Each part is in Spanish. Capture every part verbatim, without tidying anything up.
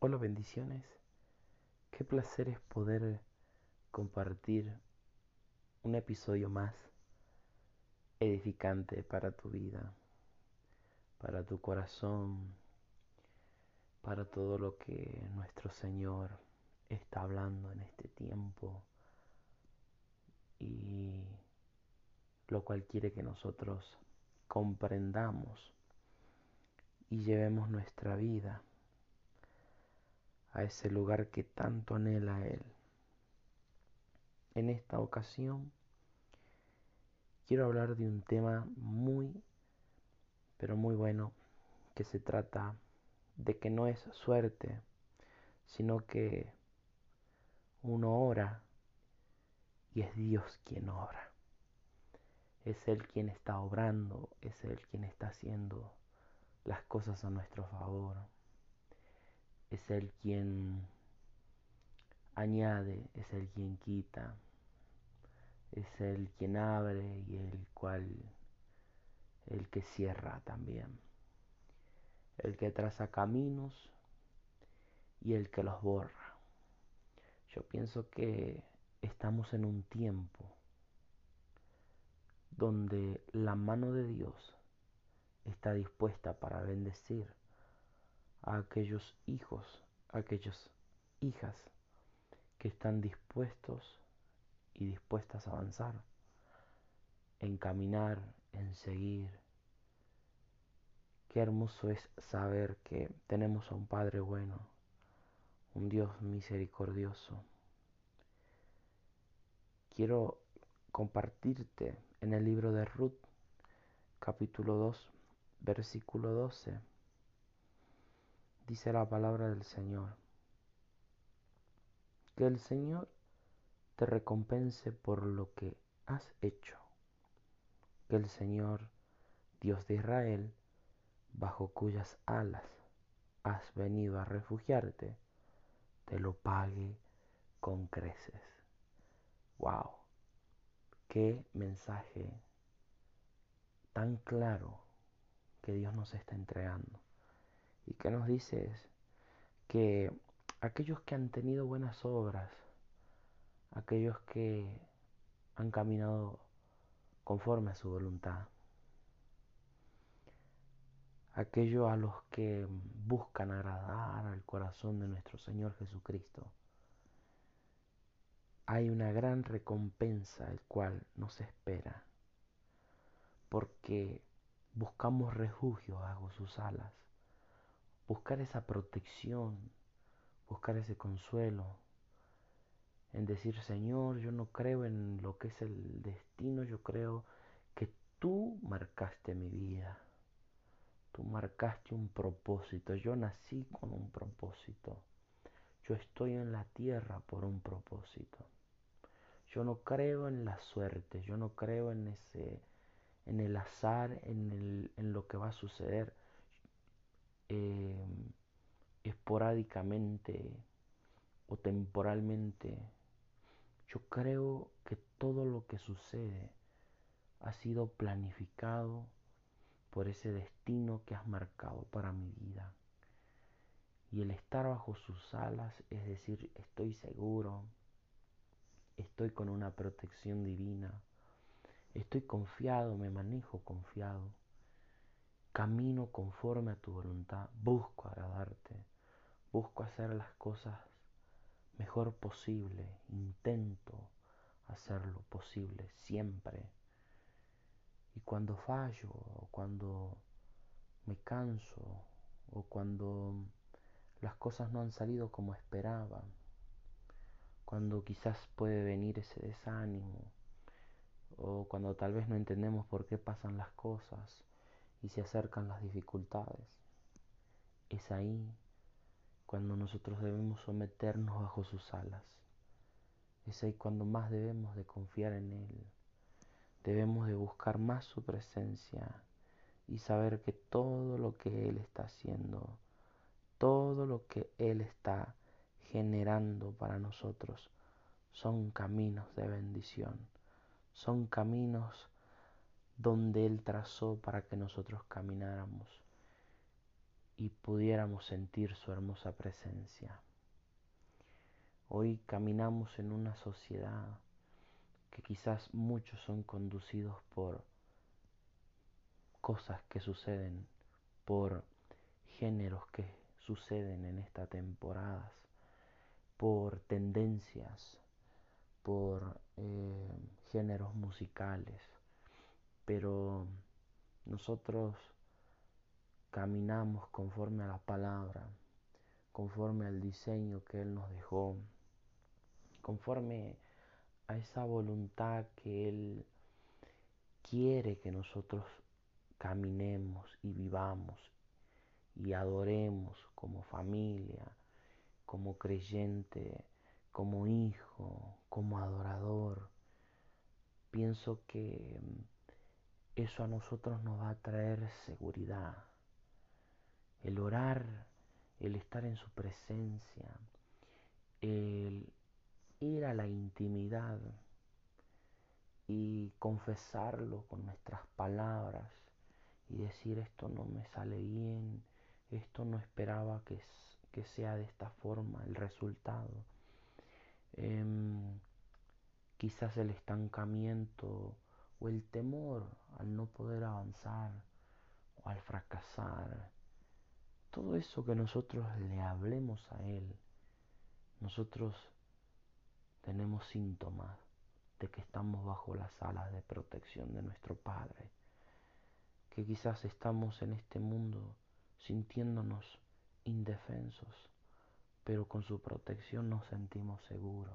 Hola, bendiciones. Qué placer es poder compartir un episodio más edificante para tu vida, para tu corazón, para todo lo que nuestro Señor está hablando en este tiempo y lo cual quiere que nosotros comprendamos y llevemos nuestra vida a ese lugar que tanto anhela Él. En esta ocasión quiero hablar de un tema muy, pero muy bueno, que se trata de que no es suerte, sino que uno ora y es Dios quien ora. Es Él quien está obrando, es Él quien está haciendo las cosas a nuestro favor. Es Él quien añade, es Él quien quita, es Él quien abre y el cual, el que cierra también. El que traza caminos y el que los borra. Yo pienso que estamos en un tiempo donde la mano de Dios está dispuesta para bendecir a aquellos hijos, a aquellas hijas que están dispuestos y dispuestas a avanzar, en caminar, en seguir. Qué hermoso es saber que tenemos a un Padre bueno, un Dios misericordioso. Quiero compartirte en el libro de Ruth, capítulo dos, versículo doce. Dice la palabra del Señor: que el Señor te recompense por lo que has hecho, que el Señor, Dios de Israel, bajo cuyas alas has venido a refugiarte, te lo pague con creces. ¡Wow! ¡Qué mensaje tan claro que Dios nos está entregando! Y que nos dice es que aquellos que han tenido buenas obras, aquellos que han caminado conforme a su voluntad, aquellos a los que buscan agradar al corazón de nuestro Señor Jesucristo, hay una gran recompensa el cual nos espera, porque buscamos refugio bajo sus alas, buscar esa protección, buscar ese consuelo, en decir: Señor, yo no creo en lo que es el destino, yo creo que tú marcaste mi vida, tú marcaste un propósito, yo nací con un propósito, yo estoy en la tierra por un propósito. Yo no creo en la suerte, yo no creo en ese, en el azar, en, el, en lo que va a suceder eh, esporádicamente o temporalmente. Yo creo que todo lo que sucede ha sido planificado por ese destino que has marcado para mi vida. Y el estar bajo sus alas, es decir, estoy seguro, estoy con una protección divina, estoy confiado, me manejo confiado, camino conforme a tu voluntad, busco agradarte, busco hacer las cosas mejor posible, intento hacer lo posible siempre. Y cuando fallo, o cuando me canso, o cuando las cosas no han salido como esperaba, cuando quizás puede venir ese desánimo, o cuando tal vez no entendemos por qué pasan las cosas y se acercan las dificultades, es ahí cuando nosotros debemos someternos bajo sus alas. Es ahí cuando más debemos de confiar en Él. Debemos de buscar más su presencia y saber que todo lo que Él está haciendo, todo lo que Él está generando para nosotros, son caminos de bendición, son caminos donde Él trazó para que nosotros camináramos. y pudiéramos sentir su hermosa presencia. Hoy caminamos en una sociedad que quizás muchos son conducidos por cosas que suceden, por géneros que suceden en estas temporadas, por tendencias, por eh, géneros musicales, pero nosotros caminamos conforme a la palabra, conforme al diseño que Él nos dejó, conforme a esa voluntad que Él quiere que nosotros caminemos y vivamos y adoremos como familia, como creyente, como hijo, como adorador. Pienso que eso a nosotros nos va a traer seguridad. El orar, el estar en su presencia, el ir a la intimidad y confesarlo con nuestras palabras y decir esto no me sale bien, esto no esperaba que, que sea de esta forma el resultado. Eh, quizás el estancamiento o el temor al no poder avanzar o al fracasar, todo eso que nosotros le hablemos a Él, nosotros tenemos síntomas de que estamos bajo las alas de protección de nuestro Padre, que quizás estamos en este mundo sintiéndonos indefensos, pero con su protección nos sentimos seguros,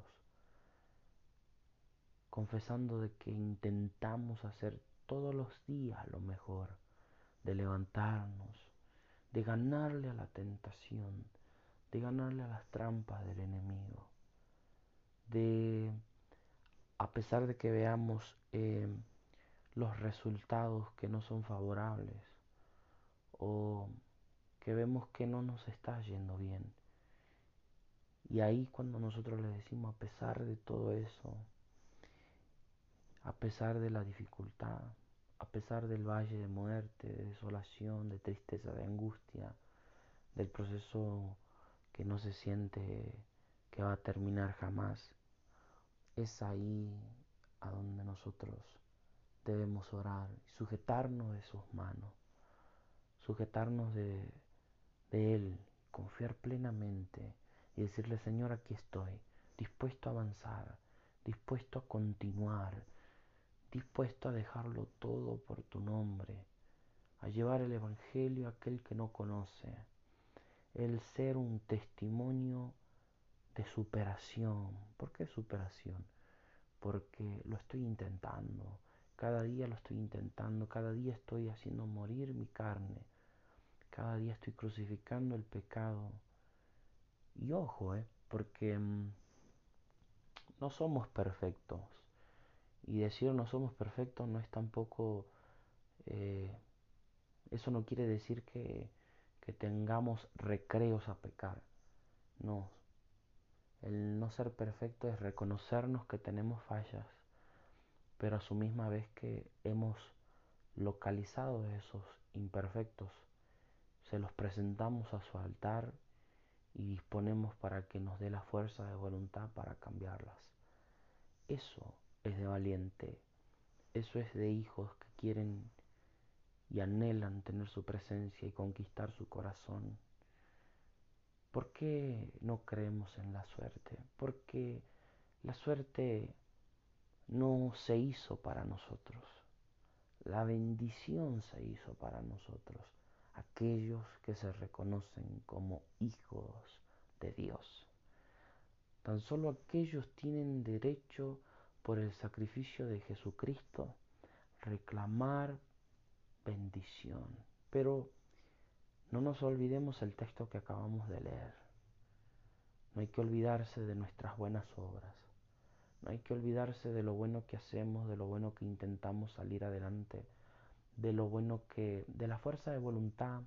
confesando de que intentamos hacer todos los días lo mejor, de levantarnos, de ganarle a la tentación, de ganarle a las trampas del enemigo, de, a pesar de que veamos eh, los resultados que no son favorables o que vemos que no nos está yendo bien. Y ahí cuando nosotros le decimos, a pesar de todo eso, a pesar de la dificultad, a pesar del valle de muerte, de desolación, de tristeza, de angustia, del proceso que no se siente que va a terminar jamás, es ahí a donde nosotros debemos orar y sujetarnos de sus manos, sujetarnos de, de Él, confiar plenamente y decirle, Señor, aquí estoy, dispuesto a avanzar, dispuesto a continuar, dispuesto a dejarlo todo por tu nombre, a llevar el Evangelio a aquel que no conoce, el ser un testimonio de superación. ¿Por qué superación? Porque lo estoy intentando, cada día lo estoy intentando, cada día estoy haciendo morir mi carne, cada día estoy crucificando el pecado. Y ojo, eh, porque mmm, no somos perfectos. Y decir no somos perfectos no es tampoco, eh, eso no quiere decir que, que tengamos recreos a pecar. No, el no ser perfecto es reconocernos que tenemos fallas, pero a su misma vez que hemos localizado esos imperfectos, se los presentamos a su altar y disponemos para que nos dé la fuerza de voluntad para cambiarlas. Eso es de valiente, eso es de hijos que quieren y anhelan tener su presencia y conquistar su corazón. ¿Por qué no creemos en la suerte? Porque la suerte no se hizo para nosotros. La bendición se hizo para nosotros, aquellos que se reconocen como hijos de Dios. Tan solo aquellos tienen derecho por el sacrificio de Jesucristo reclamar bendición. Pero no nos olvidemos el texto que acabamos de leer. No hay que olvidarse de nuestras buenas obras. No hay que olvidarse de lo bueno que hacemos, de lo bueno que intentamos salir adelante, de lo bueno que, de la fuerza de voluntad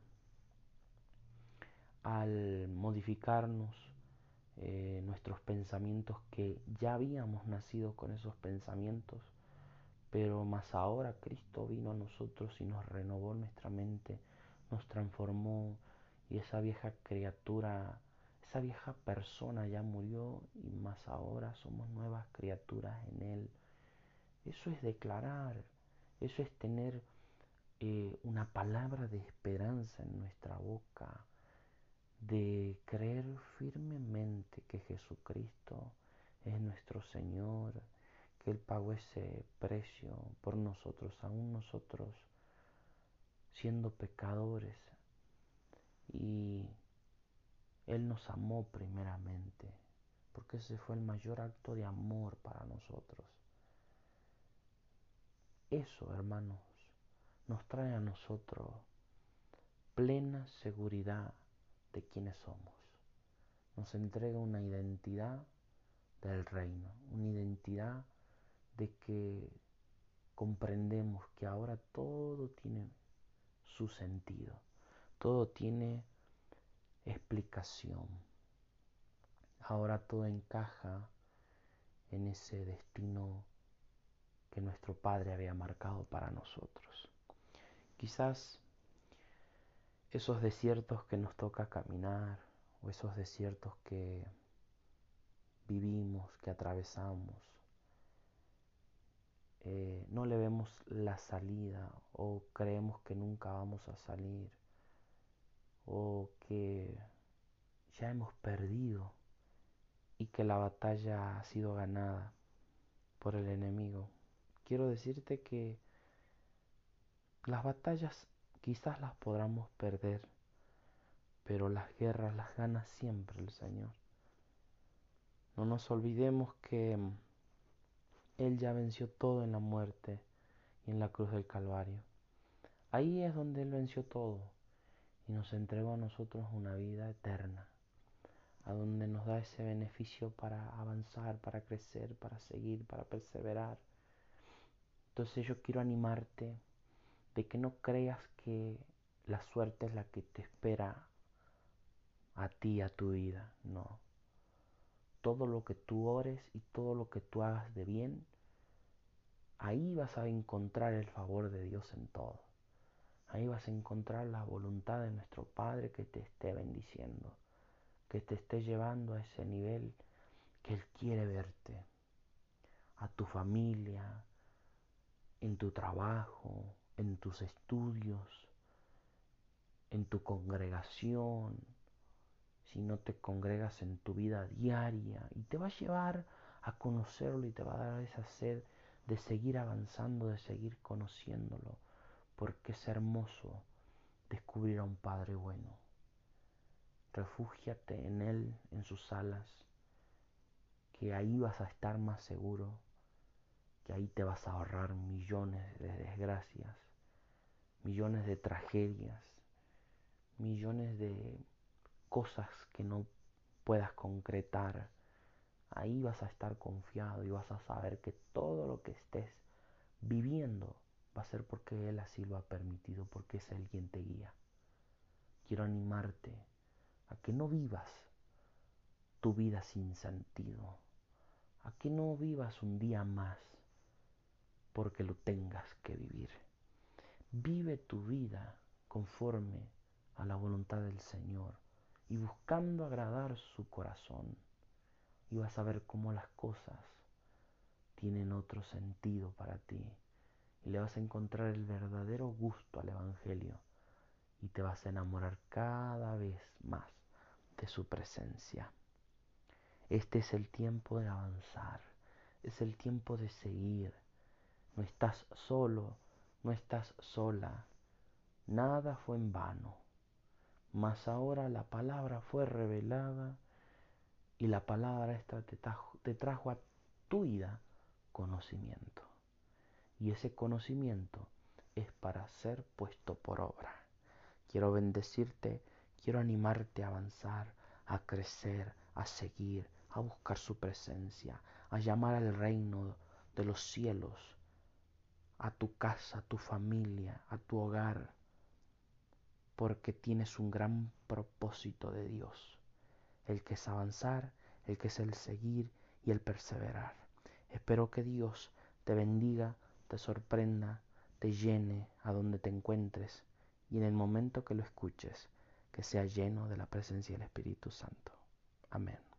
al modificarnos eh, nuestros pensamientos, que ya habíamos nacido con esos pensamientos, pero más ahora Cristo vino a nosotros y nos renovó nuestra mente, nos transformó y esa vieja criatura, esa vieja persona ya murió y más ahora somos nuevas criaturas en Él. Eso es declarar, eso es tener eh, una palabra de esperanza en nuestra boca, de creer firmemente que Jesucristo es nuestro Señor, que Él pagó ese precio por nosotros, aún nosotros siendo pecadores, y Él nos amó primeramente, porque ese fue el mayor acto de amor para nosotros. Eso, hermanos, nos trae a nosotros plena seguridad de quiénes somos. Nos entrega una identidad del reino, una identidad de que comprendemos que ahora todo tiene su sentido, todo tiene explicación. Ahora todo encaja en ese destino que nuestro Padre había marcado para nosotros. Quizás esos desiertos que nos toca caminar, o esos desiertos que vivimos, que atravesamos, eh, no le vemos la salida o creemos que nunca vamos a salir o que ya hemos perdido y que la batalla ha sido ganada por el enemigo. Quiero decirte que las batallas quizás las podamos perder, pero las guerras las gana siempre el Señor. No nos olvidemos que Él ya venció todo en la muerte y en la cruz del Calvario. Ahí es donde Él venció todo y nos entregó a nosotros una vida eterna, a donde nos da ese beneficio para avanzar, para crecer, para seguir, para perseverar. Entonces yo quiero animarte de que no creas que la suerte es la que te espera a ti, a tu vida. No. Todo lo que tú ores y todo lo que tú hagas de bien, ahí vas a encontrar el favor de Dios en todo. Ahí vas a encontrar la voluntad de nuestro Padre que te esté bendiciendo, que te esté llevando a ese nivel que Él quiere verte, a tu familia, en tu trabajo, en tus estudios, en tu congregación, si no te congregas en tu vida diaria, y te va a llevar a conocerlo y te va a dar esa sed de seguir avanzando, de seguir conociéndolo, porque es hermoso descubrir a un Padre bueno. Refúgiate en Él, en sus alas, que ahí vas a estar más seguro, que ahí te vas a ahorrar millones de desgracias, millones de tragedias, millones de cosas que no puedas concretar. Ahí vas a estar confiado y vas a saber que todo lo que estés viviendo va a ser porque Él así lo ha permitido, porque es Él quien te guía. Quiero animarte a que no vivas tu vida sin sentido, a que no vivas un día más porque lo tengas que vivir. Vive tu vida conforme a la voluntad del Señor y buscando agradar su corazón, y vas a ver cómo las cosas tienen otro sentido para ti y le vas a encontrar el verdadero gusto al Evangelio y te vas a enamorar cada vez más de su presencia. Este es el tiempo de avanzar, es el tiempo de seguir. No estás solo, no estás sola, nada fue en vano, mas ahora la palabra fue revelada y la palabra esta te trajo, te trajo a tu vida conocimiento. Y ese conocimiento es para ser puesto por obra. Quiero bendecirte, quiero animarte a avanzar, a crecer, a seguir, a buscar su presencia, a llamar al reino de los cielos, a tu casa, a tu familia, a tu hogar, porque tienes un gran propósito de Dios, el que es avanzar, el que es el seguir y el perseverar. Espero que Dios te bendiga, te sorprenda, te llene a donde te encuentres y en el momento que lo escuches, que sea lleno de la presencia del Espíritu Santo. Amén.